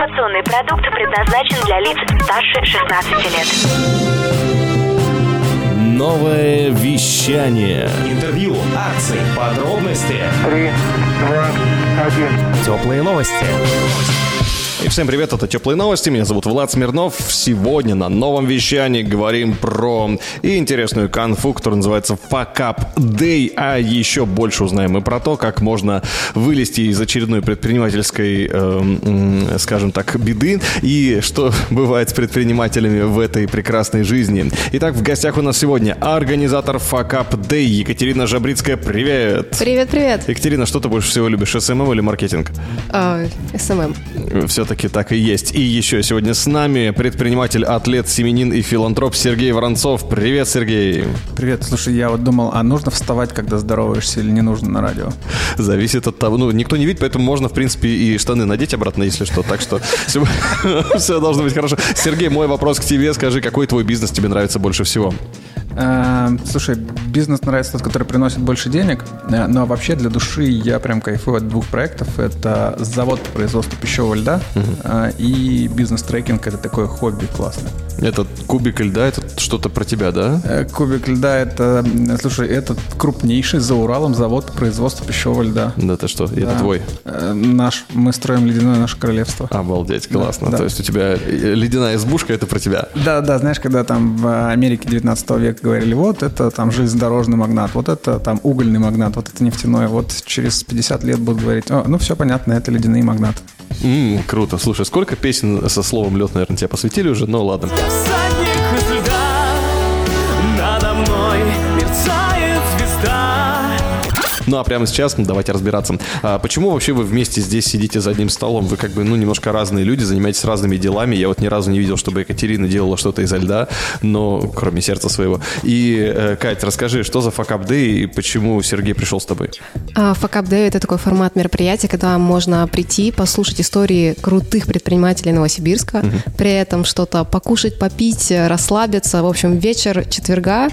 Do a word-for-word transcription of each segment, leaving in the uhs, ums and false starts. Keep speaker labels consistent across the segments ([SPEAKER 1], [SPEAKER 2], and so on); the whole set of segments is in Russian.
[SPEAKER 1] Информационный продукт предназначен для лиц старше шестнадцати лет.
[SPEAKER 2] Новое вещание.
[SPEAKER 3] Интервью, акции, подробности.
[SPEAKER 4] Три, два, один.
[SPEAKER 3] Теплые новости.
[SPEAKER 2] И всем привет, это Теплые новости, меня зовут Влад Смирнов. Сегодня на новом вещании говорим про интересную конфу, которая называется Fuck Up Day. А еще больше узнаем и про то, как можно вылезти из очередной предпринимательской, э, скажем так, беды. И что бывает с предпринимателями в этой прекрасной жизни. Итак, в гостях у нас сегодня организатор Fuck Up Day Екатерина Жабрицкая. Привет!
[SPEAKER 5] Привет-привет!
[SPEAKER 2] Екатерина, что ты больше всего любишь, эс эм эм или маркетинг?
[SPEAKER 5] Uh, эс эм эм.
[SPEAKER 2] Все-таки так и есть. И еще сегодня с нами предприниматель, атлет, семенин и филантроп Сергей Воронцов. Привет, Сергей.
[SPEAKER 6] Привет. Слушай, я вот думал, а нужно вставать, когда здороваешься, или не нужно на радио?
[SPEAKER 2] Зависит от того. Ну, никто не видит, поэтому можно, в принципе, и штаны надеть обратно, если что. Так что все должно быть хорошо. Сергей, мой вопрос к тебе. Скажи, какой твой бизнес тебе нравится больше всего?
[SPEAKER 6] Слушай, бизнес нравится тот, который приносит больше денег, но вообще для души я прям кайфую от двух проектов. Это завод по производству пищевого льда uh-huh. и бизнес-трекинг. Это такое хобби классное.
[SPEAKER 2] Этот кубик льда, это что-то про тебя, да?
[SPEAKER 6] Кубик льда, это, слушай, это крупнейший за Уралом завод по производству пищевого льда.
[SPEAKER 2] Да ты что, и
[SPEAKER 6] да.
[SPEAKER 2] это твой?
[SPEAKER 6] Наш, мы строим ледяное наше королевство.
[SPEAKER 2] Обалдеть, классно.
[SPEAKER 6] Да,
[SPEAKER 2] То
[SPEAKER 6] да.
[SPEAKER 2] есть у тебя ледяная избушка, это про тебя?
[SPEAKER 6] Да, да, знаешь, когда там в Америке девятнадцатого века говорили, вот это там железнодорожный магнат, вот это там угольный магнат, вот это нефтяной, вот через пятьдесят лет будут говорить, о, ну все понятно, это ледяные магнаты.
[SPEAKER 2] М-м, круто. Слушай, сколько песен со словом лед, наверное, тебя посвятили уже? Ну ладно.
[SPEAKER 7] Всадник из льда, надо мной мерцает звезда.
[SPEAKER 2] Ну а прямо сейчас ну, давайте разбираться. А почему вообще вы вместе здесь сидите за одним столом? Вы как бы, ну, немножко разные люди, занимаетесь разными делами. Я вот ни разу не видел, чтобы Екатерина делала что-то изо льда, но кроме сердца своего. И, э, Кать, расскажи, что за Fuck Up Day и почему Сергей пришел с тобой?
[SPEAKER 5] Uh, Fuck Up Day — это такой формат мероприятия, когда можно прийти, послушать истории крутых предпринимателей Новосибирска, uh-huh. при этом что-то покушать, попить, расслабиться. В общем, вечер четверга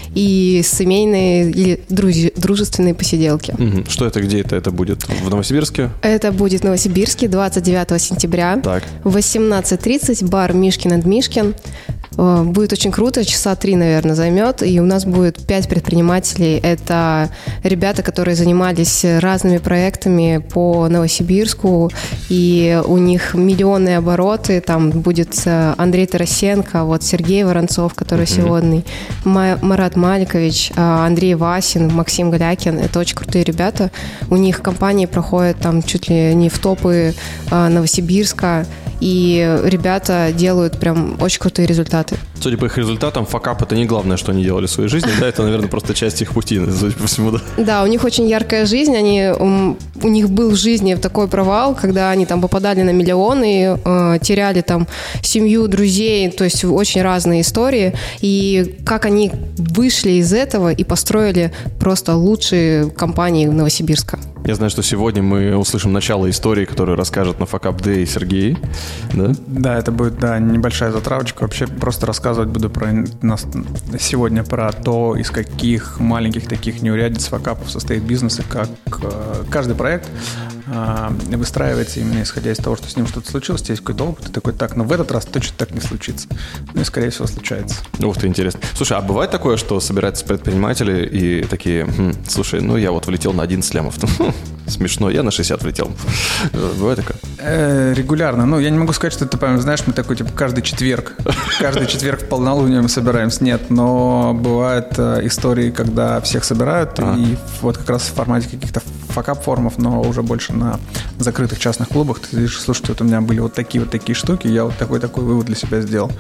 [SPEAKER 5] и семейные или друз- дружественные посиделки.
[SPEAKER 2] Угу. Что это, где это? Это будет в Новосибирске?
[SPEAKER 5] Это будет в Новосибирске двадцать девятого сентября.
[SPEAKER 2] Так.
[SPEAKER 5] В восемнадцать тридцать бар Мишкин энд Мишкин. Будет очень круто, часа три, наверное, займет. И у нас будет пять предпринимателей. Это ребята, которые занимались разными проектами по Новосибирску. И у них миллионные обороты. Там будет Андрей Тарасенко, вот Сергей Воронцов, который uh-huh. сегодня, Марат Маликович, Андрей Васин, Максим Галякин. Это очень крутые ребята. У них компании проходят там чуть ли не в топы Новосибирска. И ребята делают прям очень крутые результаты.
[SPEAKER 2] Судя по их результатам, факап — это не главное, что они делали в своей жизни, да, это, наверное, просто часть их пути, судя по всему, да.
[SPEAKER 5] Да, у них очень яркая жизнь, они, у них был в жизни такой провал, когда они там попадали на миллионы, э, теряли там семью, друзей, то есть очень разные истории, и как они вышли из этого и построили просто лучшие компании Новосибирска.
[SPEAKER 2] Я знаю, что сегодня мы услышим начало истории, которую расскажет на Fuck Up Day Сергей, да?
[SPEAKER 6] Да, это будет, да, небольшая затравочка. Вообще просто рассказывать буду про нас сегодня про то, из каких маленьких таких неурядиц, факапов состоит бизнес и как э, каждый проект э, выстраивается именно исходя из того, что с ним что-то случилось, у тебя есть какой-то опыт, и такой, так, но в этот раз точно так не случится. Ну и, скорее всего, случается.
[SPEAKER 2] Ух ты, интересно. Слушай, а бывает такое, что собираются предприниматели и такие, хм, слушай, ну я вот влетел на одиннадцать лямов, смешно, я на шестьдесят влетел. Бывает такое?
[SPEAKER 6] Э, регулярно. Ну, я не могу сказать, что это, прям, знаешь, мы такой, типа, каждый четверг. Каждый четверг в полнолуние мы собираемся. Нет, но бывают э, истории, когда всех собирают, а. и вот как раз в формате каких-то факап-формов, но уже больше на закрытых частных клубах. Ты видишь, слушайте, вот у меня были вот такие вот такие штуки, я вот такой-такой вывод для себя сделал.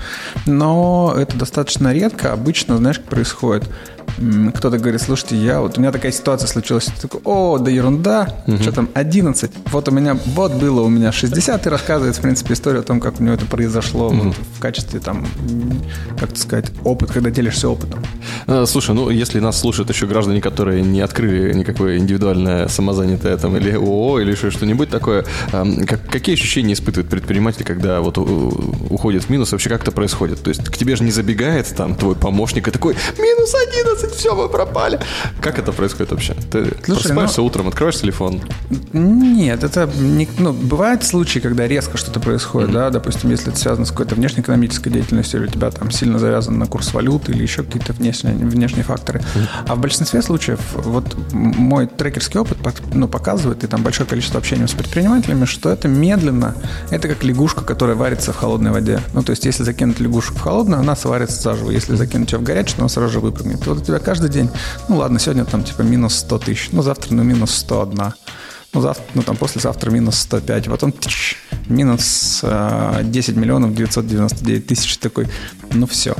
[SPEAKER 6] Но это достаточно редко. Обычно, знаешь, как происходит? Кто-то говорит, слушайте, я вот у меня такая ситуация случилась. Ты такой, о, да ерунда, uh-huh. что там, одиннадцать. Вот у меня, вот было у меня шестьдесят, и рассказывает, в принципе, историю о том, как у него это произошло uh-huh. вот, в качестве, там, как сказать, опыт, когда делишься опытом.
[SPEAKER 2] Слушай, ну, если нас слушают еще граждане, которые не открыли никакое индивидуальное само самозанятая там, или ООО, или что-нибудь такое. Как, какие ощущения испытывают предприниматели, когда вот уходят в минус? Вообще как это происходит? То есть к тебе же не забегает там твой помощник и такой: минус одиннадцать, все, мы пропали. Как это происходит вообще? Ты Слушай, просыпаешься ну, утром, открываешь телефон?
[SPEAKER 6] Нет, это не, ну, бывают случаи, когда резко что-то происходит, mm-hmm. да, допустим, если это связано с какой-то внешнеэкономической деятельностью, или у тебя там сильно завязан на курс валюты, или еще какие-то внешние, внешние факторы. Mm-hmm. А в большинстве случаев вот мой трекерский опыт ну, показывает, и там большое количество общения с предпринимателями, что это медленно, это как лягушка, которая варится в холодной воде. Ну, то есть, если закинуть лягушку в холодную, она сварится заживо. Если закинуть ее в горячую, то она сразу же выпрыгнет. И вот у тебя каждый день, ну ладно, сегодня там типа минус сто тысяч, ну завтра ну минус сто один, ну завтра, ну там послезавтра минус сто пять, потом тыщ, минус э, десять миллионов девятьсот девяносто девять тысяч, такой, ну все.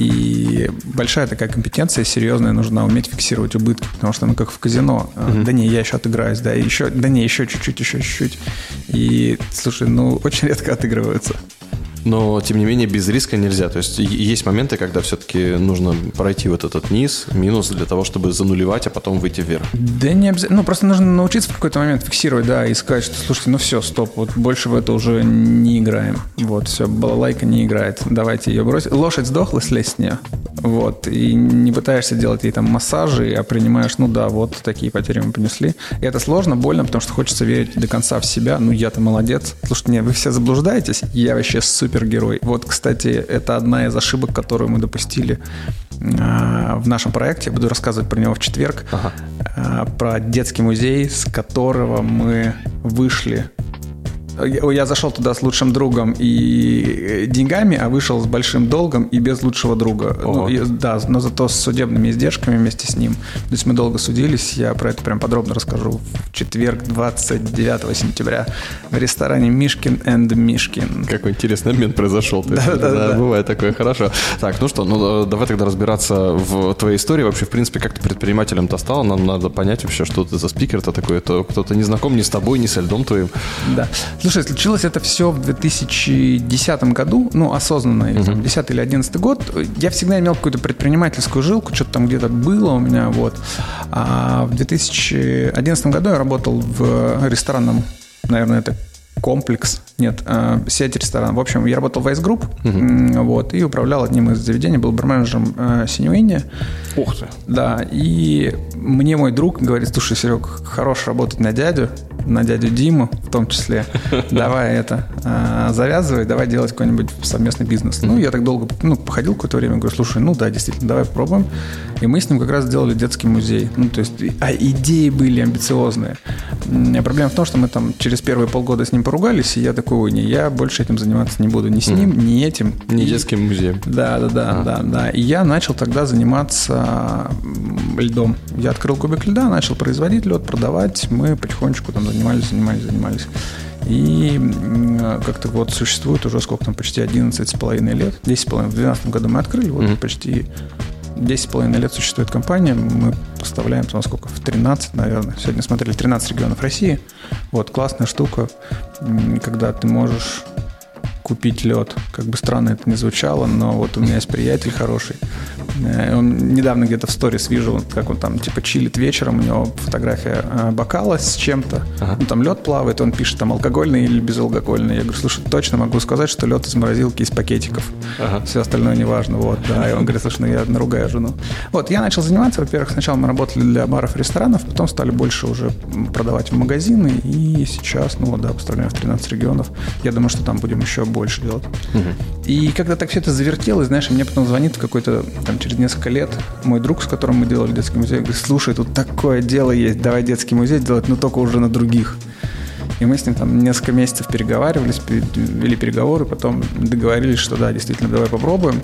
[SPEAKER 6] И большая такая компетенция, серьезная, нужна уметь фиксировать убытки, потому что, ну, как в казино. Mm-hmm. Да не, я еще отыграюсь, да, еще, да не, еще чуть-чуть, еще чуть-чуть. И, слушай, ну, очень редко отыгрываются.
[SPEAKER 2] Но, тем не менее, без риска нельзя. То есть есть моменты, когда все-таки нужно пройти вот этот низ, минус для того, чтобы занулевать, а потом выйти вверх.
[SPEAKER 6] Да не обязательно. Ну, просто нужно научиться в какой-то момент фиксировать, да, и сказать, что, слушайте, ну все, стоп, вот больше в это уже не играем. Вот, все, балалайка не играет. Давайте ее бросить. Лошадь сдохла, слезь с нее. Вот, и не пытаешься делать ей там массажи, а принимаешь, ну да, вот такие потери мы понесли. И это сложно, больно, потому что хочется верить до конца в себя. Ну, я-то молодец. Слушайте, не, вы все заблуждаетесь, я вообще супер герой. Вот, кстати, это одна из ошибок, которую мы допустили э, в нашем проекте. Я буду рассказывать про него в четверг. Ага. Э, про детский музей, с которого мы вышли. Я, я зашел туда с лучшим другом и деньгами, а вышел с большим долгом и без лучшего друга. Ну, и, да, но зато с судебными издержками вместе с ним. То есть мы долго судились. Я про это прям подробно расскажу в четверг, двадцать девятого сентября в ресторане Мишкин энд Мишкин.
[SPEAKER 2] Какой интересный обмен произошел. Да, да, да, да, бывает такое, хорошо. Так, ну что, ну давай тогда разбираться в твоей истории. Вообще, в принципе, как ты предпринимателем-то стал? Нам надо понять вообще, что ты за спикер-то такой. Это кто-то не знаком ни с тобой, ни со льдом твоим.
[SPEAKER 6] Да. Слушай, случилось это все в две тысячи десятом году, ну, осознанно, или там, десятый или одиннадцатый год. Я всегда имел какую-то предпринимательскую жилку, что-то там где-то было у меня, вот. А в две тысячи одиннадцатом году я работал в ресторанном, наверное, это комплекс, нет, э, сеть ресторанов. В общем, я работал в Ice Group, uh-huh. вот, и управлял одним из заведений, был барменеджером э, Синьюинди.
[SPEAKER 2] Ух ты!
[SPEAKER 6] Да, и мне мой друг говорит: слушай, Серег, хорош работать на дядю, на дядю Диму в том числе. Давай это, э, завязывай, давай делать какой-нибудь совместный бизнес. Ну, я так долго, ну, походил какое-то время, говорю: слушай, ну да, действительно, давай попробуем. И мы с ним как раз сделали детский музей. Ну, то есть, а идеи были амбициозные. Проблема в том, что мы там через первые полгода с ним поругались, и я такой: ой, не, я больше этим заниматься не буду. Ни с ним, mm. ни этим.
[SPEAKER 2] Не
[SPEAKER 6] и...
[SPEAKER 2] детским музеем.
[SPEAKER 6] Да, да, да, а. да, да. И я начал тогда заниматься льдом. Я открыл кубик льда, начал производить лед, продавать. Мы потихонечку там занимались, занимались, занимались. И как-то вот существует уже сколько там, почти одиннадцать с половиной лет. десять с половиной. В двенадцатом году мы открыли, вот mm. почти десять с половиной лет существует компания. Мы поставляем там сколько? В тринадцать, наверное. Сегодня смотрели тринадцать регионов России. Вот, классная штука, когда ты можешь купить лед. Как бы странно это ни звучало, но вот у меня есть приятель хороший. Он недавно где-то в сторис вижу, как он там типа чилит вечером, у него фотография бокала с чем-то. Ага. Ну, там лед плавает, он пишет там алкогольный или безалкогольный. Я говорю: слушай, точно могу сказать, что лед из морозилки, из пакетиков. Ага. Все остальное не важно. Вот, да. И он говорит: слушай, ну я наругаю жену. Вот, я начал заниматься. Во-первых, сначала мы работали для баров и ресторанов, потом стали больше уже продавать в магазины. И сейчас, ну вот, да, поставляем в тринадцать регионов. Я думаю, что там будем еще больше делать. Угу. И когда так все это завертелось, знаешь, мне потом звонит какой-то там через несколько лет мой друг, с которым мы делали детский музей, говорит: слушай, тут такое дело есть, давай детский музей делать, но только уже на других. И мы с ним там несколько месяцев переговаривались, вели переговоры, потом договорились, что да, действительно, давай попробуем.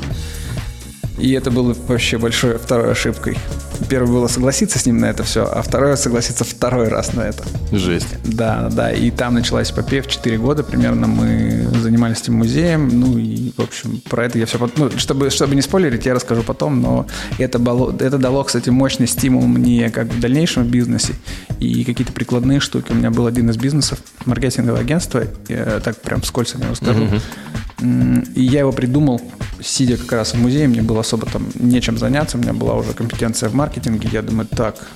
[SPEAKER 6] И это было вообще большой второй ошибкой. Первое было согласиться с ним на это все, а второе согласиться второй раз на это.
[SPEAKER 2] Жесть.
[SPEAKER 6] Да, да, и там началась эпопея. В четыре года примерно мы занимались этим музеем. Ну и, в общем, про это я все... Ну, чтобы, чтобы не спойлерить, я расскажу потом, но это, было, это дало, кстати, мощный стимул мне как в дальнейшем бизнесе. И какие-то прикладные штуки. У меня был один из бизнесов, маркетинговое агентство, я так прям вскользь я расскажу. Mm-hmm. И я его придумал, сидя как раз в музее, мне было особо там нечем заняться, у меня была уже компетенция в маркетинге. Я думаю, так,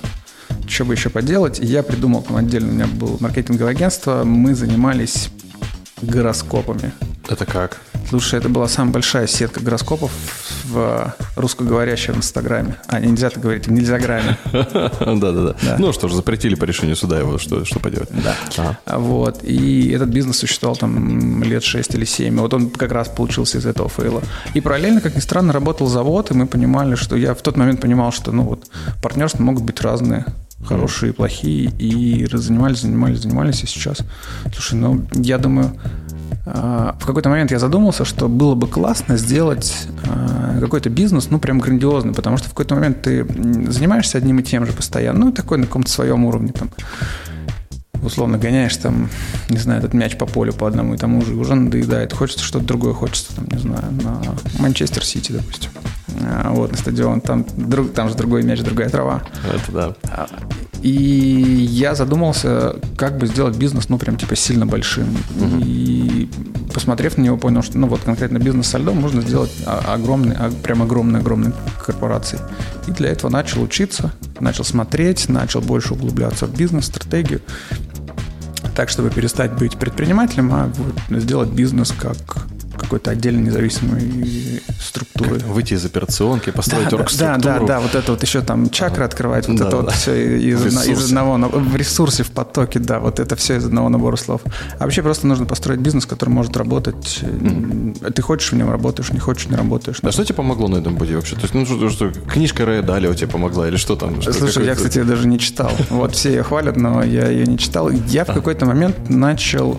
[SPEAKER 6] что бы еще поделать. И я придумал там отдельно, у меня было маркетинговое агентство, мы занимались гороскопами.
[SPEAKER 2] Это как?
[SPEAKER 6] Слушай, это была самая большая сетка гороскопов в русскоговорящем в Инстаграме. А, нельзя так говорить, в нельзяграме.
[SPEAKER 2] Да-да-да. Ну что ж, запретили по решению суда его, что поделать.
[SPEAKER 6] Да. Вот. И этот бизнес существовал там лет шесть или семь. Вот он как раз получился из этого фейла. И параллельно, как ни странно, работал завод, и мы понимали, что я в тот момент понимал, что ну вот партнерства могут быть разные. Хорошие, плохие. И занимались, занимались, занимались. И сейчас, слушай, ну я думаю... В какой-то момент я задумался, что было бы классно сделать какой-то бизнес, ну, прям грандиозный, потому что в какой-то момент ты занимаешься одним и тем же постоянно, ну, такой на каком-то своем уровне, там, условно гоняешь, там, не знаю, этот мяч по полю по одному и тому же, и уже надоедает, хочется что-то другое, хочется, там, не знаю, на Манчестер Сити, допустим, вот, на стадион, там, друг, там же другой мяч, другая трава.
[SPEAKER 2] Это да.
[SPEAKER 6] И я задумался, как бы сделать бизнес, ну, прям, типа, сильно большим. Uh-huh. И, посмотрев на него, понял, что, ну, вот конкретно бизнес со льдом можно сделать огромный, прям огромной-огромной корпорацией. И для этого начал учиться, начал смотреть, начал больше углубляться в бизнес, стратегию. Так, чтобы перестать быть предпринимателем, а вот сделать бизнес как... какой-то отдельно независимой структуры.
[SPEAKER 2] Как выйти из операционки, построить
[SPEAKER 6] да,
[SPEAKER 2] оргструктуру.
[SPEAKER 6] Да, да, да, вот это вот еще там чакры ага. открывать, вот да, это да. вот все из, одно, из одного, в ресурсе, в потоке, да, вот это все из одного набора слов. А вообще просто нужно построить бизнес, который может работать. Mm. Ты хочешь в нем работаешь, не хочешь, не работаешь.
[SPEAKER 2] А что тебе помогло на этом пути вообще? То есть, ну что, что книжка Рэя Далио тебе помогла или что там? Что,
[SPEAKER 6] Слушай, я, кстати, ее даже не читал. Вот все ее хвалят, но я ее не читал. Я в какой-то момент начал...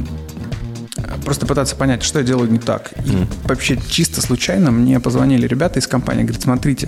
[SPEAKER 6] просто пытаться понять, что я делаю не так. И mm. вообще чисто случайно мне позвонили ребята из компании, говорят, смотрите,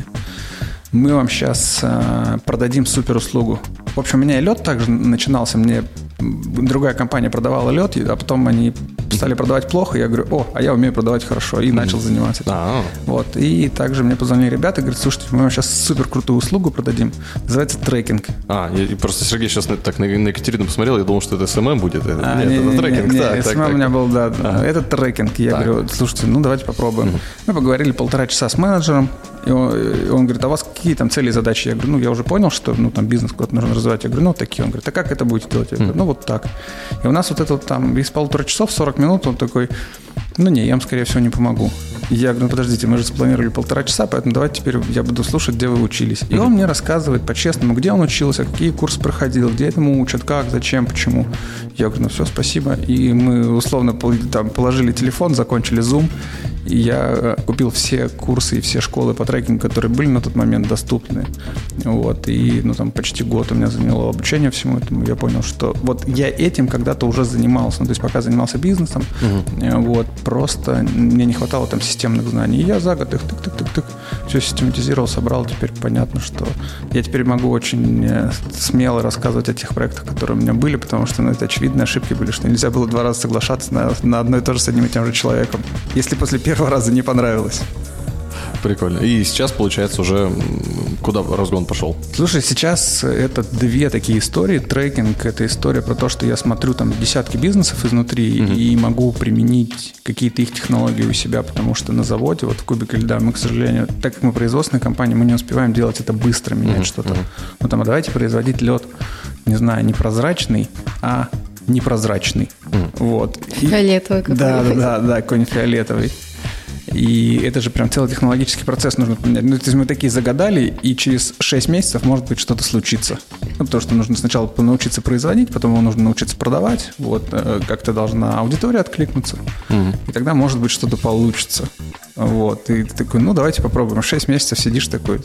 [SPEAKER 6] мы вам сейчас э, продадим супер услугу. В общем, у меня и лед также начинался, мне другая компания продавала лед, а потом они стали продавать плохо, я говорю, о, а я умею продавать хорошо, и mm. начал заниматься этим. Ah. Вот. И также мне позвонили ребята, говорят, слушайте, мы вам сейчас супер крутую услугу продадим, называется трекинг.
[SPEAKER 2] А, я, просто Сергей сейчас так на, на Екатерину посмотрел, я думал, что это эс эм эм будет.
[SPEAKER 6] А, нет, не, это не, трекинг. Не, да, эс эм эм так, у меня так. был, да, а. это трекинг. Я так. говорю, слушайте, ну давайте попробуем. Mm. Мы поговорили полтора часа с менеджером, и он, и он говорит, а у вас какие там цели и задачи? Я говорю, ну я уже понял, что ну, там бизнес куда-то нужно развивать. Я говорю, ну такие. Он говорит, а как это будете делать? Я говорю, ну вот так. И у нас вот это вот там из полутора часов, сорок минут, он такой, ну не, я вам, скорее всего, не помогу. Я говорю, ну подождите, мы же спланировали полтора часа, поэтому давайте теперь я буду слушать, где вы учились. И он мне рассказывает по-честному, где он учился, какие курсы проходил, где этому учат, как, зачем, почему. Я говорю, ну все, спасибо. И мы условно там, положили телефон, закончили Zoom, и я купил все курсы и все школы по трекингу, которые были на тот момент доступны. Вот. И ну, там почти год у меня заняло обучение всему этому. Я понял, что вот я этим когда-то уже занимался. Ну, то есть пока занимался бизнесом, uh-huh. вот, просто мне не хватало там системных знаний. И я за год их тык-тык-тык-тык все систематизировал, собрал. Теперь понятно, что я теперь могу очень смело рассказывать о тех проектах, которые у меня были, потому что ну, это очевидные ошибки были, что нельзя было два раза соглашаться на, на одно и то же с одним и тем же человеком. Если после первого Первого раза не понравилось.
[SPEAKER 2] Прикольно. И сейчас, получается, уже куда разгон пошел?
[SPEAKER 6] Слушай, сейчас это две такие истории. Трекинг — это история про то, что я смотрю там десятки бизнесов изнутри mm-hmm. и могу применить какие-то их технологии у себя, потому что на заводе, вот в Кубике льда, мы, к сожалению, так как мы производственная компания, мы не успеваем делать это быстро, менять mm-hmm. что-то. Mm-hmm. Ну там, а давайте производить лед, не знаю, не прозрачный, а непрозрачный. Mm. Вот.
[SPEAKER 5] Фиолетовый какой-нибудь.
[SPEAKER 6] Да, да, да, да, какой-нибудь фиолетовый. И это же прям целый технологический процесс нужно поменять. Ну, то есть мы такие загадали, и через шесть месяцев может быть что-то случится. Ну, потому что нужно сначала научиться производить, потом его нужно научиться продавать. Вот, как-то должна аудитория откликнуться. Mm-hmm. И тогда, может быть, что-то получится. Вот. И ты такой, ну, давайте попробуем. Шесть месяцев сидишь такой,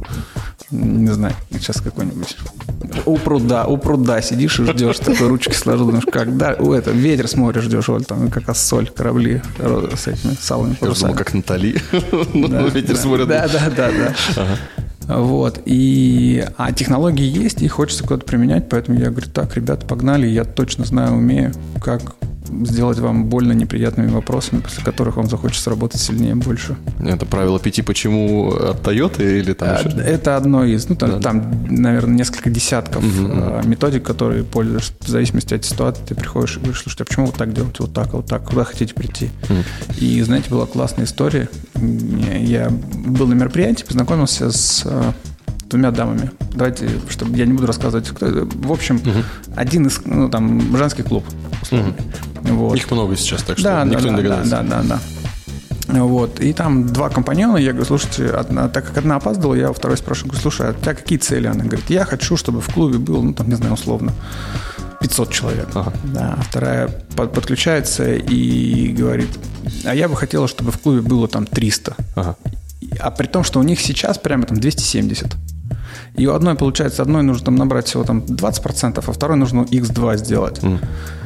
[SPEAKER 6] не знаю, сейчас какой-нибудь у пруда, у пруда сидишь и ждешь, такой ручки сложил, думаешь, когда, у это, ветер с моря ждешь, вот там как раз соль, корабли с этими салами.
[SPEAKER 2] Я думал, как Натали, ветер с моря.
[SPEAKER 6] Да, да, да, да. Вот, и, а технологии есть, и хочется куда-то применять, поэтому я говорю, так, ребята, погнали, я точно знаю, умею, как сделать вам больно неприятными вопросами, после которых вам захочется работать сильнее, больше.
[SPEAKER 2] Это правило пяти почему от Toyota или там еще?
[SPEAKER 6] Это одно из, ну там, да. там наверное, несколько десятков uh-huh. методик, которые пользуешься в зависимости от ситуации. Ты приходишь и говоришь, слушайте, а почему вот так делать, вот так, вот так, куда хотите прийти? Uh-huh. И, знаете, была классная история. Я был на мероприятии, познакомился с двумя дамами. Давайте, чтобы я не буду рассказывать, кто это. В общем, угу. один из, ну, там, женский клуб, условно. Угу. Вот.
[SPEAKER 2] Их много сейчас, так что
[SPEAKER 6] да,
[SPEAKER 2] никто
[SPEAKER 6] да,
[SPEAKER 2] не догадается.
[SPEAKER 6] Да, да, да, да. Вот. И там два компаньона, я говорю, слушайте, одна, так как одна опаздывала, я у второй спрашиваю, говорю, слушай, а у тебя какие цели? Она говорит, я хочу, чтобы в клубе было, ну, там, не знаю, условно, пятьсот человек. Ага. Да. Вторая под, подключается и говорит, а я бы хотела, чтобы в клубе было там триста. Ага. А при том, что у них сейчас прямо там двести семьдесят. И у одной, получается, одной нужно там набрать всего там двадцать процентов, а второй нужно икс два сделать. Mm.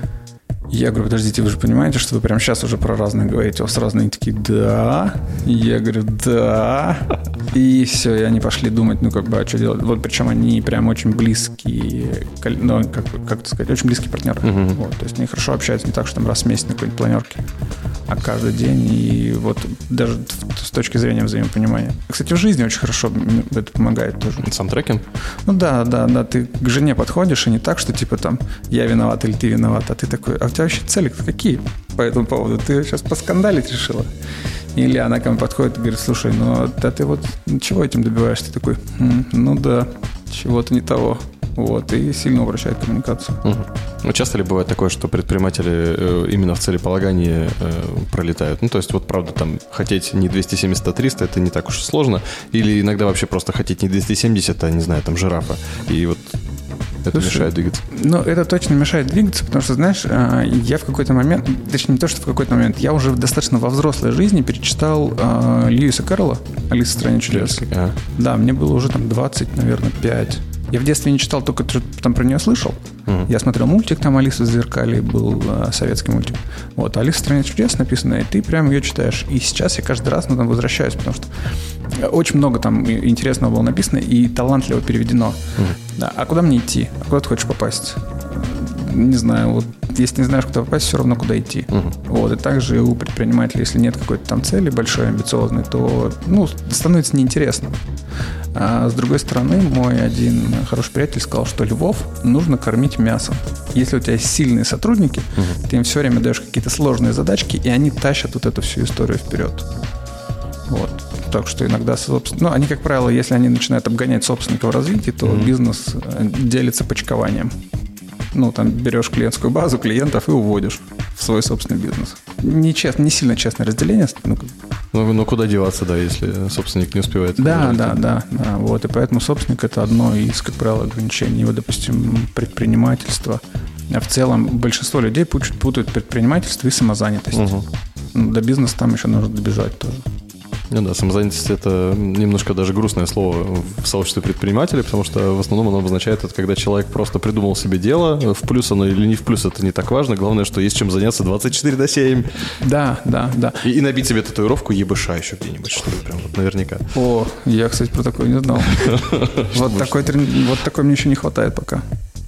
[SPEAKER 6] Я говорю, подождите, вы же понимаете, что вы прямо сейчас уже про разные говорите. У вас разные такие, да. Я говорю, да. И все, и они пошли думать, ну, как бы, а что делать. Вот, причем они прям очень близкие, ну, как, как это сказать, очень близкие партнеры. Mm-hmm. Вот, то есть они хорошо общаются, не так, что там раз в месяц на какой-нибудь планерке, а каждый день. И вот даже с точки зрения взаимопонимания. Кстати, в жизни очень хорошо это помогает тоже.
[SPEAKER 2] Саундтрекинг?
[SPEAKER 6] Ну да, да, да. Ты к жене подходишь, и не так, что типа там я виноват или ты виноват, а ты такой, а у тебя вообще цели какие по этому поводу? Ты сейчас поскандалить решила? Или она ко мне подходит и говорит, слушай, ну да ты вот чего этим добиваешься? Ты такой, М, ну да, чего-то не того. Вот, и сильно упрощает коммуникацию.
[SPEAKER 2] Угу. Ну, часто ли бывает такое, что предприниматели э, именно в целеполагании э, пролетают? Ну, то есть, вот правда, там, хотеть не двести семьдесят, а триста, это не так уж и сложно. Или иногда вообще просто хотеть не двести семьдесят, а, не знаю, там, жирафа. И вот это Слушай, мешает двигаться.
[SPEAKER 6] Ну, это точно мешает двигаться, потому что, знаешь, я в какой-то момент, точнее, не то, что в какой-то момент, я уже достаточно во взрослой жизни перечитал э, Льюиса Кэрролла «Алиса в стране чудес». А. Да, мне было уже там двадцать, наверное, пять. Я в детстве не читал, только там про нее слышал. Uh-huh. Я смотрел мультик, там «Алиса в зеркале» был, э, советский мультик. Вот, «Алиса в стране чудес» написано, и ты прям ее читаешь. И сейчас я каждый раз ну, там возвращаюсь, потому что очень много там интересного было написано и талантливо переведено. Uh-huh. Да. А куда мне идти? А куда ты хочешь попасть? Не знаю, вот если не знаешь, куда попасть, все равно куда идти. Uh-huh. Вот, и также у предпринимателя, если нет какой-то там цели большой, амбициозной, то ну, становится неинтересно. А с другой стороны, мой один хороший приятель сказал, что львов нужно кормить мясом. Если у тебя есть сильные сотрудники, uh-huh. ты им все время даешь какие-то сложные задачки, и они тащат вот эту всю историю вперед. Вот. Так что иногда, собственно, ну, они, как правило, если они начинают обгонять собственника в развитии, то uh-huh. бизнес делится почкованием. Ну, там берешь клиентскую базу клиентов и уводишь в свой собственный бизнес. Не, честно, не сильно честное разделение. Ну,
[SPEAKER 2] ну, ну, куда деваться, да, если собственник не успевает?
[SPEAKER 6] Да, да, да, да. Вот, и поэтому собственник – это одно из, как правило, ограничений. Вот, допустим, предпринимательство. А в целом большинство людей путают предпринимательство и самозанятость. Угу. Ну, до бизнеса там еще нужно добежать тоже.
[SPEAKER 2] Ну да, самозанятость – это немножко даже грустное слово в сообществе предпринимателей, потому что в основном оно обозначает, это когда человек просто придумал себе дело, в плюс оно или не в плюс, это не так важно, главное, что есть чем заняться двадцать четыре на семь.
[SPEAKER 6] Да, да, да.
[SPEAKER 2] И, и набить себе татуировку ЕБШ еще где-нибудь, чтобы прям вот наверняка.
[SPEAKER 6] О, я, кстати, про такое не знал. Вот такой мне еще не хватает пока.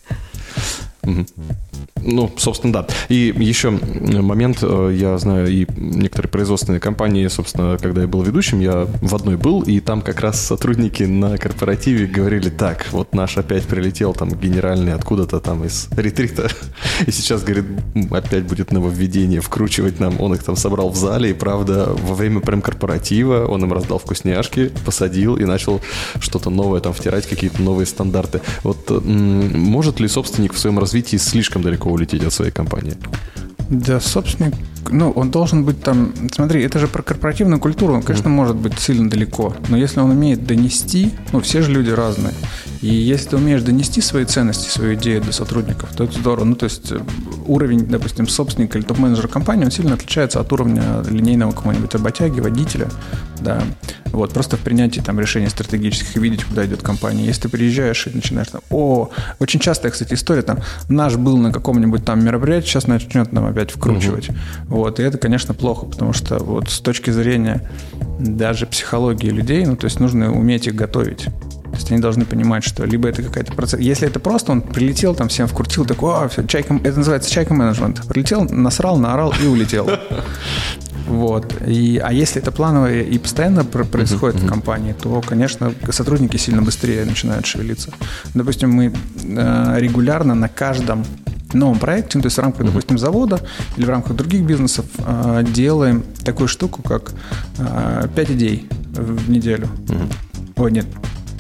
[SPEAKER 2] Ну, собственно, да. И еще момент, я знаю, и некоторые производственные компании, собственно, когда я был ведущим, я в одной был, и там как раз сотрудники на корпоративе говорили, так, вот наш опять прилетел там генеральный откуда-то там из ретрита, и сейчас, говорит, опять будет нововведение вкручивать нам. Он их там собрал в зале, и, правда, во время прям корпоратива он им раздал вкусняшки, посадил и начал что-то новое там втирать, какие-то новые стандарты. Вот м- может ли собственник в своем развитии слишком далеко улететь от своей компании?
[SPEAKER 6] Да, собственник, ну, он должен быть там... Смотри, это же про корпоративную культуру. Он, конечно, mm-hmm. может быть сильно далеко. Но если он умеет донести... Ну, все же люди разные. И если ты умеешь донести свои ценности, свою идею до сотрудников, то это здорово. Ну, то есть уровень, допустим, собственника или топ-менеджера компании, он сильно отличается от уровня линейного какого-нибудь работяги, водителя. Да. Вот, просто в принятии там решений стратегических и видеть, куда идет компания. Если ты приезжаешь и начинаешь там... О, очень частая, кстати, история там... Наш был на каком-нибудь там мероприятии, сейчас начнет нам опять вкручивать. Mm-hmm. Вот, и это, конечно, плохо, потому что вот с точки зрения даже психологии людей, ну, то есть нужно уметь их готовить. То есть они должны понимать, что либо это какая-то процесс... Если это просто он прилетел, там всем вкрутил, такой, о, все, чайка... это называется чайка-менеджмент. Прилетел, насрал, наорал и улетел. Вот. И, а если это плановое и постоянно происходит uh-huh, uh-huh. в компании, то, конечно, сотрудники сильно быстрее начинают шевелиться. Допустим, мы э, регулярно на каждом новом проекте, ну, то есть в рамках, uh-huh. допустим, завода или в рамках других бизнесов э, делаем такую штуку, как э, пять идей в неделю. Uh-huh. Ой, нет.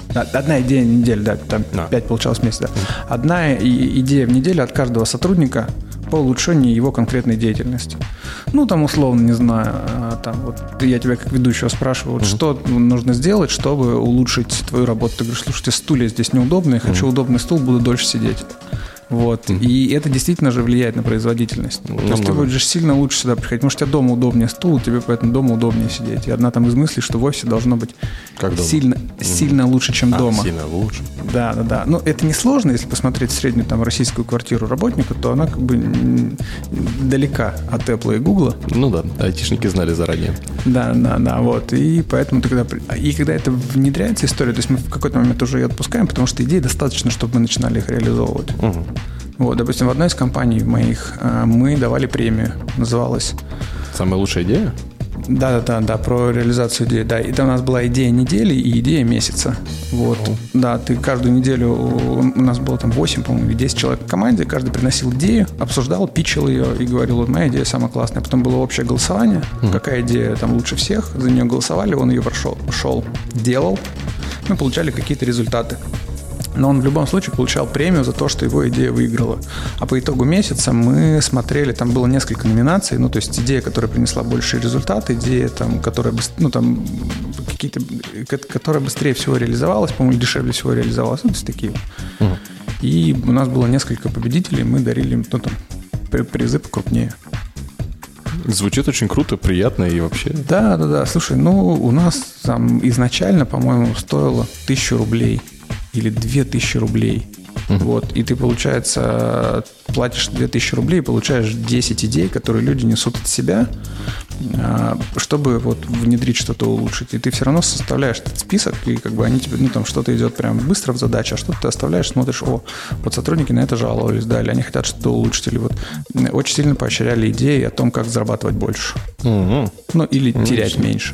[SPEAKER 6] Одна идея в неделю, да, там
[SPEAKER 2] А.
[SPEAKER 6] пять получалось в месяц, да. Одна и- идея в неделю от каждого сотрудника по улучшению его конкретной деятельности. Ну, там, условно, не знаю, а, там, вот я тебя как ведущего спрашиваю, вот, что нужно сделать, чтобы улучшить твою работу. Ты говоришь, слушайте, стулья здесь неудобные, хочу удобный стул, буду дольше сидеть. Вот. И это действительно же влияет на производительность. То есть ты будешь сильно лучше сюда приходить. Может, у тебя дома удобнее стул, тебе поэтому дома удобнее сидеть. И одна там из мыслей, что в офисе должно быть
[SPEAKER 2] Как дома?
[SPEAKER 6] сильно, сильно лучше, чем
[SPEAKER 2] А,
[SPEAKER 6] дома.
[SPEAKER 2] сильно лучше.
[SPEAKER 6] Да, да, да. Ну, это несложно, если посмотреть среднюю там российскую квартиру работника, то она как бы м, далека от Apple и Google.
[SPEAKER 2] Ну да, айтишники знали заранее.
[SPEAKER 6] Да, да, да, вот. И поэтому ты когда... при- И когда это внедряется история, то есть мы в какой-то момент уже ее отпускаем, потому что идей достаточно, чтобы мы начинали их реализовывать.
[SPEAKER 2] Мгм.
[SPEAKER 6] Вот, допустим, в одной из компаний моих э, мы давали премию, называлась...
[SPEAKER 2] Самая лучшая идея?
[SPEAKER 6] Да-да-да, да, про реализацию идеи. Да, и там у нас была идея недели и идея месяца. Вот. Да, ты каждую неделю, у нас было там восемь, по-моему, или десять человек в команде, каждый приносил идею, обсуждал, питчил ее и говорил, вот моя идея самая классная. Потом было общее голосование, какая идея там лучше всех, за нее голосовали, он ее прошел, пошел, делал, мы получали какие-то результаты. Но он в любом случае получал премию за то, что его идея выиграла. А по итогу месяца мы смотрели, там было несколько номинаций, ну, то есть идея, которая принесла большие результаты, идея, там, которая, быс- ну, там, какие-то, ко- которая быстрее всего реализовалась, по-моему, дешевле всего реализовалась, ну, то есть такие. И у нас было несколько победителей, мы дарили им, ну, там, при- призы покрупнее.
[SPEAKER 2] Звучит очень круто, приятно и вообще.
[SPEAKER 6] Да, да, да, слушай, ну, у нас там изначально, по-моему, стоило тысячу рублей или две тысячи рублей. Вот, и ты, получается, платишь две тысячи рублей и получаешь десять идей, которые люди несут от себя, а, чтобы вот внедрить что-то, улучшить. И ты все равно составляешь этот список, и как бы они тебе, ну, там что-то идет прям быстро в задачу, а что-то ты оставляешь, смотришь, о, вот сотрудники на это жаловались, да, или они хотят что-то улучшить, или вот очень сильно поощряли идеи о том, как зарабатывать больше.
[SPEAKER 2] Мгм.
[SPEAKER 6] Ну, или терять меньше.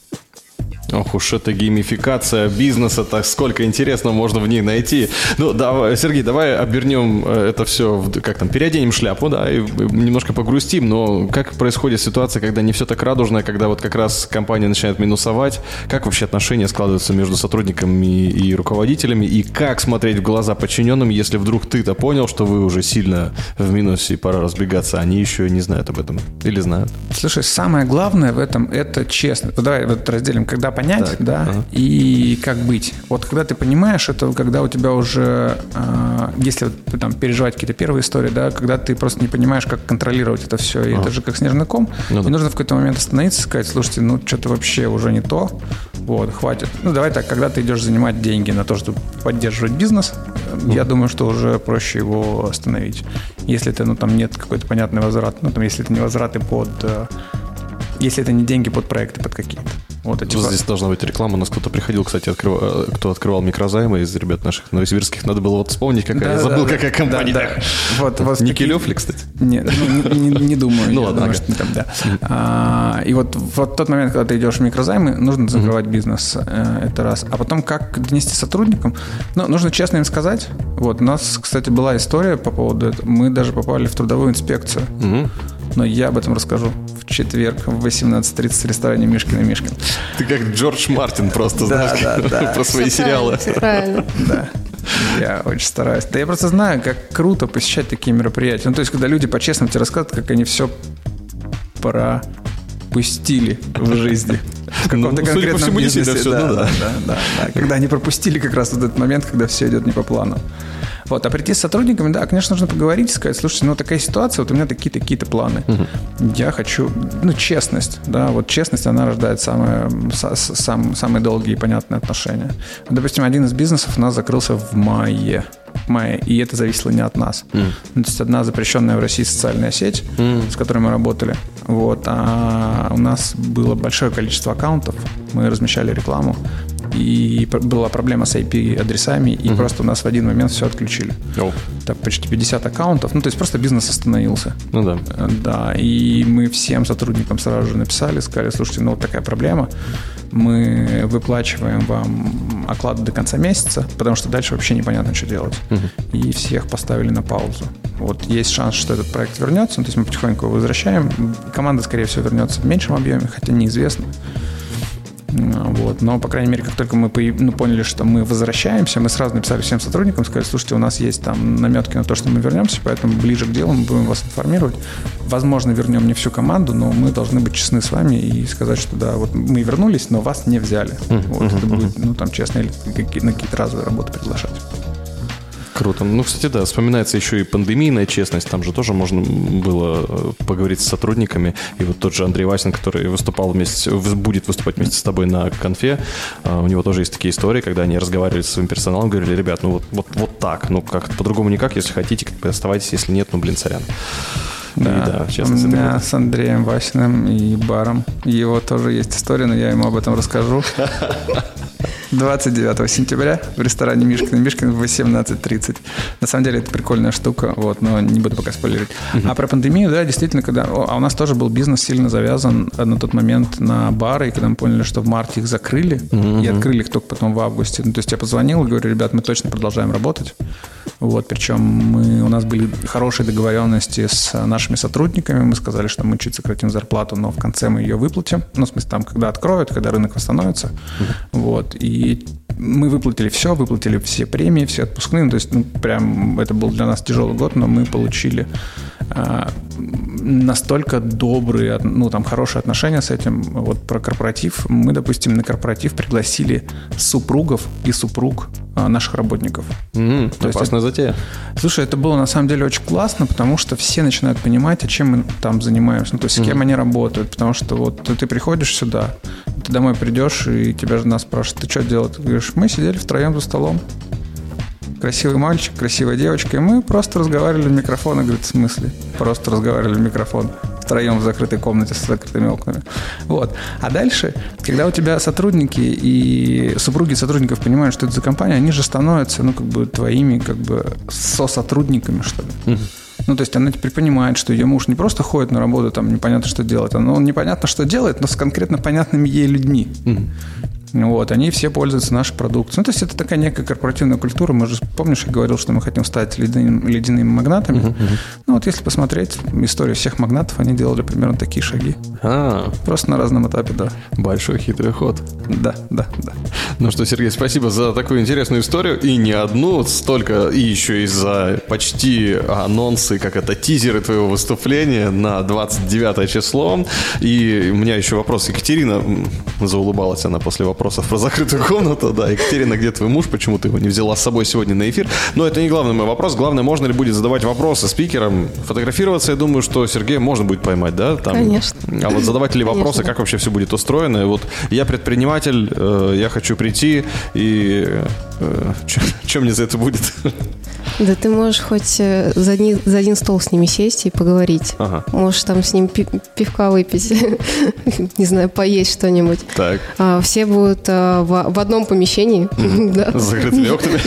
[SPEAKER 2] Ох уж эта геймификация бизнеса, так сколько интересного можно в ней найти. Ну, давай, Сергей, давай обернем э, это все, в, как там, переоденем шляпу, да, и, и немножко погрустим. Но как происходит ситуация, когда не все так радужно, когда вот как раз компания начинает минусовать? Как вообще отношения складываются между сотрудниками и, и руководителями? И как смотреть в глаза подчиненным, если вдруг ты-то понял, что вы уже сильно в минусе и пора разбегаться, а они еще не знают об этом? Или знают?
[SPEAKER 6] Слушай, самое главное в этом – это честно. Вот давай вот разделим, когда понять,
[SPEAKER 2] Так,
[SPEAKER 6] да,
[SPEAKER 2] ага.
[SPEAKER 6] и как быть. Вот когда ты понимаешь, это когда у тебя уже, э, если вот, там переживать какие-то первые истории, да, когда ты просто не понимаешь, как контролировать это все, и это же как снежный ком,
[SPEAKER 2] Ну да.
[SPEAKER 6] и нужно в какой-то момент остановиться и сказать, слушайте, ну что-то вообще уже не то, вот, хватит. Ну давай так, когда ты идешь занимать деньги на то, чтобы поддерживать бизнес, я думаю, что уже проще его остановить. Если это, ну там нет какой-то понятный возврат, ну там если это не возвраты под... э, если это не деньги под проекты, под какие-то. Вот, а
[SPEAKER 2] Вот
[SPEAKER 6] типа-
[SPEAKER 2] здесь должна быть реклама. У нас кто-то приходил, кстати, открыв- кто открывал микрозаймы из ребят наших новосибирских. Надо было вот вспомнить, какая.
[SPEAKER 6] Да,
[SPEAKER 2] Я забыл,
[SPEAKER 6] да,
[SPEAKER 2] какая
[SPEAKER 6] да,
[SPEAKER 2] компания.
[SPEAKER 6] да, да. Вот, вот
[SPEAKER 2] Не
[SPEAKER 6] такие-
[SPEAKER 2] Келёфли, кстати.
[SPEAKER 6] Нет, ну, не, не- не думаю.
[SPEAKER 2] Ну
[SPEAKER 6] Я
[SPEAKER 2] ладно,
[SPEAKER 6] думаю,
[SPEAKER 2] ага.
[SPEAKER 6] что не там, да. А, и вот в тот момент, когда ты идешь в микрозаймы, нужно закрывать бизнес. э, Это раз. А потом, как донести сотрудникам? Ну, нужно честно им сказать. Вот, у нас, кстати, была история по поводу этого. Мы даже попали в трудовую инспекцию.
[SPEAKER 2] Мгм.
[SPEAKER 6] Но я об этом расскажу в четверг в восемнадцать тридцать в ресторане Мишкин и Мишкин.
[SPEAKER 2] Ты как Джордж Мартин просто,
[SPEAKER 6] Да,
[SPEAKER 2] знаешь,
[SPEAKER 6] да, да.
[SPEAKER 2] про свои сериалы.
[SPEAKER 5] Все правильно.
[SPEAKER 6] Да. Я очень стараюсь. Да я просто знаю, как круто посещать такие мероприятия. Ну, то есть, когда люди по-честному тебе рассказывают, как они все пропустили в жизни. В каком-то
[SPEAKER 2] Ну, судя по
[SPEAKER 6] конкретном
[SPEAKER 2] всему, действительно
[SPEAKER 6] бизнесе.
[SPEAKER 2] всё,
[SPEAKER 6] Да,
[SPEAKER 2] ну да.
[SPEAKER 6] да, да, да, да. Когда они пропустили как раз вот этот момент, когда все идет не по плану. Вот, а прийти с сотрудниками, да, конечно, нужно поговорить и сказать, слушайте, ну такая ситуация, вот у меня такие-то, такие-то планы. Я хочу, ну, честность, да, вот честность, она рождает самые, са- сам, самые долгие и понятные отношения. Допустим, один из бизнесов у нас закрылся в мае. В мае, и это зависело не от нас. Ну, то есть одна запрещенная в России социальная сеть, с которой мы работали. Вот, а у нас было большое количество аккаунтов, мы размещали рекламу, и пр- была проблема с ай пи-адресами, и просто у нас в один момент все отключили.
[SPEAKER 2] О,
[SPEAKER 6] Так, почти пятьдесят аккаунтов, ну, то есть просто бизнес остановился.
[SPEAKER 2] ну да.
[SPEAKER 6] Э, Да, и мы всем сотрудникам сразу же написали, сказали, слушайте, ну вот такая проблема, мы выплачиваем вам оклад до конца месяца, потому что дальше вообще непонятно, что делать. И всех поставили на паузу. Вот есть шанс, что этот проект вернется, ну, то есть мы потихоньку его возвращаем. Команда, скорее всего, вернется в меньшем объеме, хотя неизвестно. А, Вот. Но, по крайней мере, как только мы ну, поняли, что мы возвращаемся, мы сразу написали всем сотрудникам, сказали, слушайте, у нас есть там наметки на то, что мы вернемся, поэтому ближе к делу мы будем вас информировать. Возможно, вернем не всю команду, но мы должны быть честны с вами и сказать, что да, вот мы вернулись, но вас не взяли. Mm-hmm. Вот, это будет, ну, там, честно, или какие- на какие-то разовые работы приглашать.
[SPEAKER 2] Круто. Ну, кстати, да, вспоминается еще и пандемийная честность. Там же тоже можно было поговорить с сотрудниками. И вот тот же Андрей Васин, который выступал вместе, будет выступать вместе с тобой на конфе, у него тоже есть такие истории, когда они разговаривали с своим персоналом, говорили, ребят, ну вот, вот, вот так, ну как по-другому никак, если хотите, как бы оставайтесь, если нет, ну блин, сорян.
[SPEAKER 6] Да,
[SPEAKER 2] и, да
[SPEAKER 6] у меня с Андреем Васиным и баром его тоже есть история, но я ему об этом расскажу. двадцать девятого сентября в ресторане Мишкин и Мишкин в восемнадцать тридцать. На самом деле это прикольная штука, вот, но не буду пока спойлерить. Uh-huh. А про пандемию, да, действительно, когда... А у нас тоже был бизнес сильно завязан на тот момент на бары, и когда мы поняли, что в марте их закрыли, uh-huh. и открыли их только потом в августе. Ну, то есть я позвонил и говорю, ребят, мы точно продолжаем работать. Вот, причем мы, у нас были хорошие договоренности с нашими сотрудниками. Мы сказали, что мы чуть сократим зарплату, но в конце мы ее выплатим. Ну, в смысле, там, когда откроют, когда рынок восстановится. Uh-huh. Вот, и мы выплатили все, выплатили все премии, все отпускные. Ну, то есть, ну, прям это был для нас тяжелый год, но мы получили а, настолько добрые, ну, там, хорошие отношения с этим. Вот про корпоратив. Мы, допустим, на корпоратив пригласили супругов и супруг а, наших работников.
[SPEAKER 2] Mm-hmm. То опасная
[SPEAKER 6] есть,
[SPEAKER 2] затея.
[SPEAKER 6] Слушай, это было на самом деле очень классно, потому что все начинают понимать, а чем мы там занимаемся. Ну, то есть, с кем mm-hmm. они работают. Потому что вот ты приходишь сюда, ты домой придешь, и тебя жена спрашивает, ты что делал? Ты говоришь, мы сидели втроем за столом. Красивый мальчик, красивая девочка, и мы просто разговаривали в микрофон. И говорит, в смысле? Просто разговаривали в микрофон. Втроем в закрытой комнате с закрытыми окнами. Вот. А дальше, когда у тебя сотрудники и супруги сотрудников понимают, что это за компания, они же становятся, ну, как бы твоими, как бы, сосотрудниками, что ли. Mm-hmm. Ну, то есть она теперь понимает, что ее муж не просто ходит на работу, там непонятно, что делать, но он непонятно, что делает, но с конкретно понятными ей людьми. Mm-hmm. Вот, они все пользуются нашей продукцией. Ну, то есть это такая некая корпоративная культура. Мы же, помнишь, я говорил, что мы хотим стать ледяными, ледяными магнатами. Uh-huh, uh-huh. Ну, вот если посмотреть историю всех магнатов, они делали примерно такие шаги. А-а-а. Просто на разном этапе, да.
[SPEAKER 2] Большой хитрый ход.
[SPEAKER 6] Да, да, да.
[SPEAKER 2] Ну что, Сергей, спасибо за такую интересную историю. И не одну, столько, и еще и за почти анонсы, как это, тизеры твоего выступления на двадцать девятое число. И у меня еще вопрос. Екатерина, заулыбалась она после вопроса. Вопросов про закрытую комнату. Да, Екатерина, где твой муж? Почему ты его не взяла с собой сегодня на эфир? Но это не главный мой вопрос. Главное, можно ли будет задавать вопросы спикерам? Фотографироваться, я думаю, что Сергея можно будет поймать, да? Там...
[SPEAKER 5] Конечно.
[SPEAKER 2] А вот задавать ли вопросы,
[SPEAKER 5] Конечно.
[SPEAKER 2] Как вообще все будет устроено? Вот я предприниматель, э, я хочу прийти, и э, что мне за это будет?
[SPEAKER 5] Да ты можешь хоть за один, за один стол с ними сесть и поговорить. Ага. Можешь там с ним пи- пивка выпить, не знаю, поесть что-нибудь.
[SPEAKER 2] Так.
[SPEAKER 5] А, все будут а, в, в одном помещении. Да.
[SPEAKER 2] С закрытыми окнами?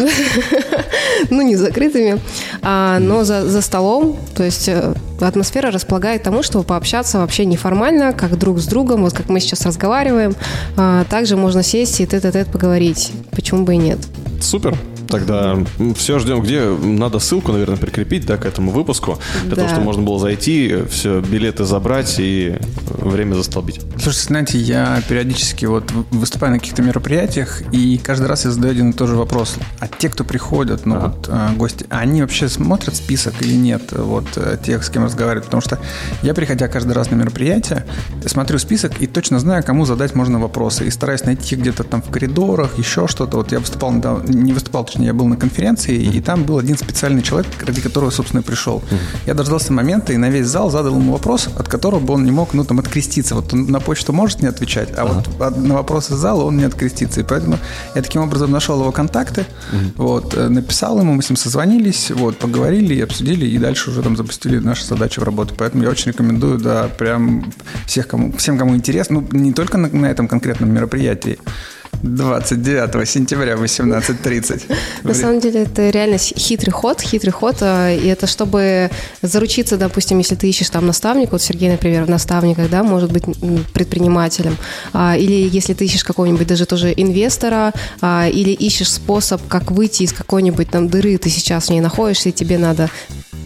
[SPEAKER 5] Ну, не закрытыми, а, но за, за столом. То есть атмосфера располагает к тому, чтобы пообщаться вообще неформально, как друг с другом, вот как мы сейчас разговариваем. А, также можно сесть и тет-а-тет поговорить. Почему бы и нет?
[SPEAKER 2] Супер. Тогда все ждем, где надо ссылку, наверное, прикрепить, да, к этому выпуску, для да. того, чтобы можно было зайти, все билеты забрать и время застолбить.
[SPEAKER 6] Слушайте, знаете, я периодически вот выступаю на каких-то мероприятиях, и каждый раз я задаю один и тот же вопрос. А те, кто приходят, ну ага. вот а, гости, они вообще смотрят список или нет, вот тех, с кем разговаривают? Потому что я, приходя каждый раз на мероприятие, смотрю список и точно знаю, кому задать можно вопросы, и стараюсь найти где-то там в коридорах, еще что-то. Вот я выступал, не выступал, точнее, я был на конференции, mm-hmm. и там был один специальный человек, ради которого, собственно, и пришел. Mm-hmm. Я дождался момента и на весь зал задал ему вопрос, от которого бы он не мог, ну, там, откреститься. Вот он на почту может не отвечать, а uh-huh. вот на вопросы зала он не открестится. И поэтому я таким образом нашел его контакты, mm-hmm. вот, написал ему, мы с ним созвонились, вот, поговорили, обсудили, и дальше уже там запустили наши задачи в работу. Поэтому я очень рекомендую, да, прям всех, кому, всем, кому интересно, ну, не только на, на этом конкретном мероприятии, двадцать девятого сентября в восемнадцать тридцать.
[SPEAKER 5] На самом деле это реально хитрый ход, хитрый ход, и это чтобы заручиться, допустим, если ты ищешь там наставника, вот Сергей, например, в наставниках, да, может быть предпринимателем, или если ты ищешь какого-нибудь даже тоже инвестора, или ищешь способ, как выйти из какой-нибудь там дыры, ты сейчас в ней находишься, и тебе надо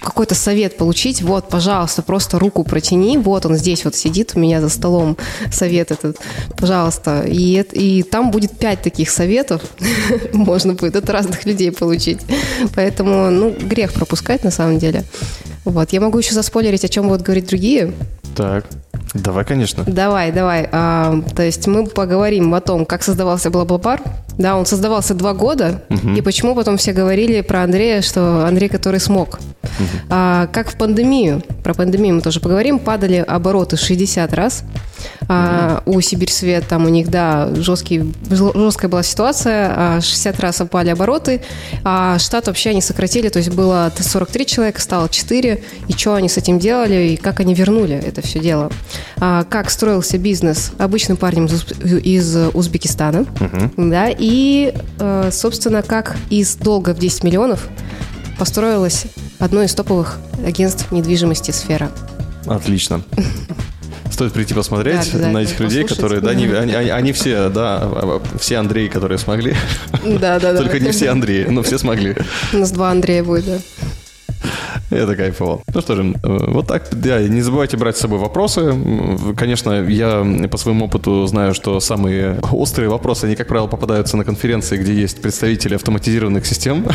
[SPEAKER 5] какой-то совет получить, вот, пожалуйста, просто руку протяни, вот он здесь вот сидит у меня за столом, совет этот, пожалуйста. И, и там будет пять таких советов, можно будет от разных людей получить. Поэтому, ну, грех пропускать на самом деле. Вот, я могу еще заспойлерить, о чем будут говорить другие.
[SPEAKER 2] Так, давай, конечно.
[SPEAKER 5] Давай, давай. А, то есть мы поговорим о том, как создавался Бла-Бла-Бар. Да, он создавался два года, угу. И почему потом все говорили про Андрея, что Андрей, который смог. Угу. А, как в пандемию, про пандемию мы тоже поговорим, падали обороты шестьдесят раз. А, у Сибирьсвет там у них, да, жесткий, жесткая была ситуация, а шестьдесят раз опали обороты, а штат вообще они сократили, то есть было сорок три человека, стало четыре, и что они с этим делали, и как они вернули это все дело. А, как строился бизнес обычным парнем из, из Узбекистана, uh-huh. да, и, собственно, как из долга в десять миллионов построилось одно из топовых агентств недвижимости «Сфера».
[SPEAKER 2] Отлично. Стоит прийти посмотреть
[SPEAKER 5] да,
[SPEAKER 2] на этих людей, которые, да, они, они, они все, да, все Андреи, которые смогли.
[SPEAKER 5] Да, да, да.
[SPEAKER 2] Только не все Андреи, но все смогли.
[SPEAKER 5] У нас два Андрея будет, да.
[SPEAKER 2] Это кайфово. Ну что же, вот так, да, не забывайте брать с собой вопросы. Конечно, я по своему опыту знаю, что самые острые вопросы, они, как правило, попадаются на конференции, где есть представители автоматизированных систем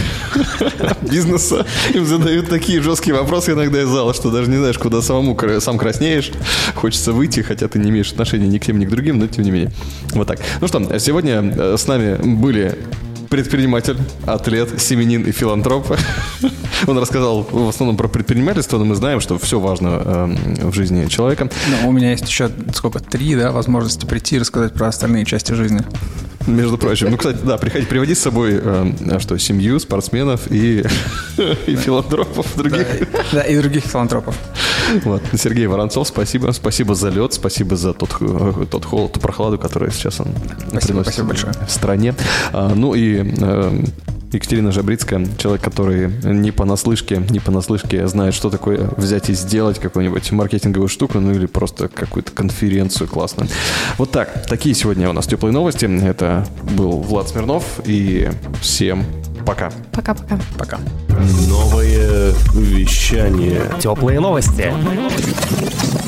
[SPEAKER 2] бизнеса. Им задают такие жесткие вопросы иногда из зала, что даже не знаешь, куда самому сам краснеешь. Хочется выйти, хотя ты не имеешь отношения ни к тем, ни к другим, но тем не менее. Вот так. Ну что, сегодня с нами были предприниматель, атлет, семенин и филантроп. Он рассказал в основном про предпринимательство, но мы знаем, что все важно э, в жизни человека.
[SPEAKER 6] Но у меня есть еще, сколько, три, да, возможности прийти и рассказать про остальные части жизни.
[SPEAKER 2] Между прочим. Ну, кстати, да, приходи, приводи с собой э, что, семью, спортсменов и, и филантропов других.
[SPEAKER 6] Да, да, и других филантропов.
[SPEAKER 2] Вот. Сергей Воронцов, спасибо. Спасибо за лед, спасибо за тот, тот холод, ту прохладу, которую сейчас он
[SPEAKER 6] спасибо,
[SPEAKER 2] приносит
[SPEAKER 6] спасибо большое.
[SPEAKER 2] В стране. А, ну и э, Екатерина Жабрицкая, человек, который не понаслышке, не понаслышке знает, что такое взять и сделать какую-нибудь маркетинговую штуку, ну или просто какую-то конференцию классную. Вот так. Такие сегодня у нас теплые новости. Это был Влад Смирнов, и всем пока.
[SPEAKER 5] Пока-пока.
[SPEAKER 6] Пока.
[SPEAKER 3] Новое вещание.
[SPEAKER 7] Теплые новости.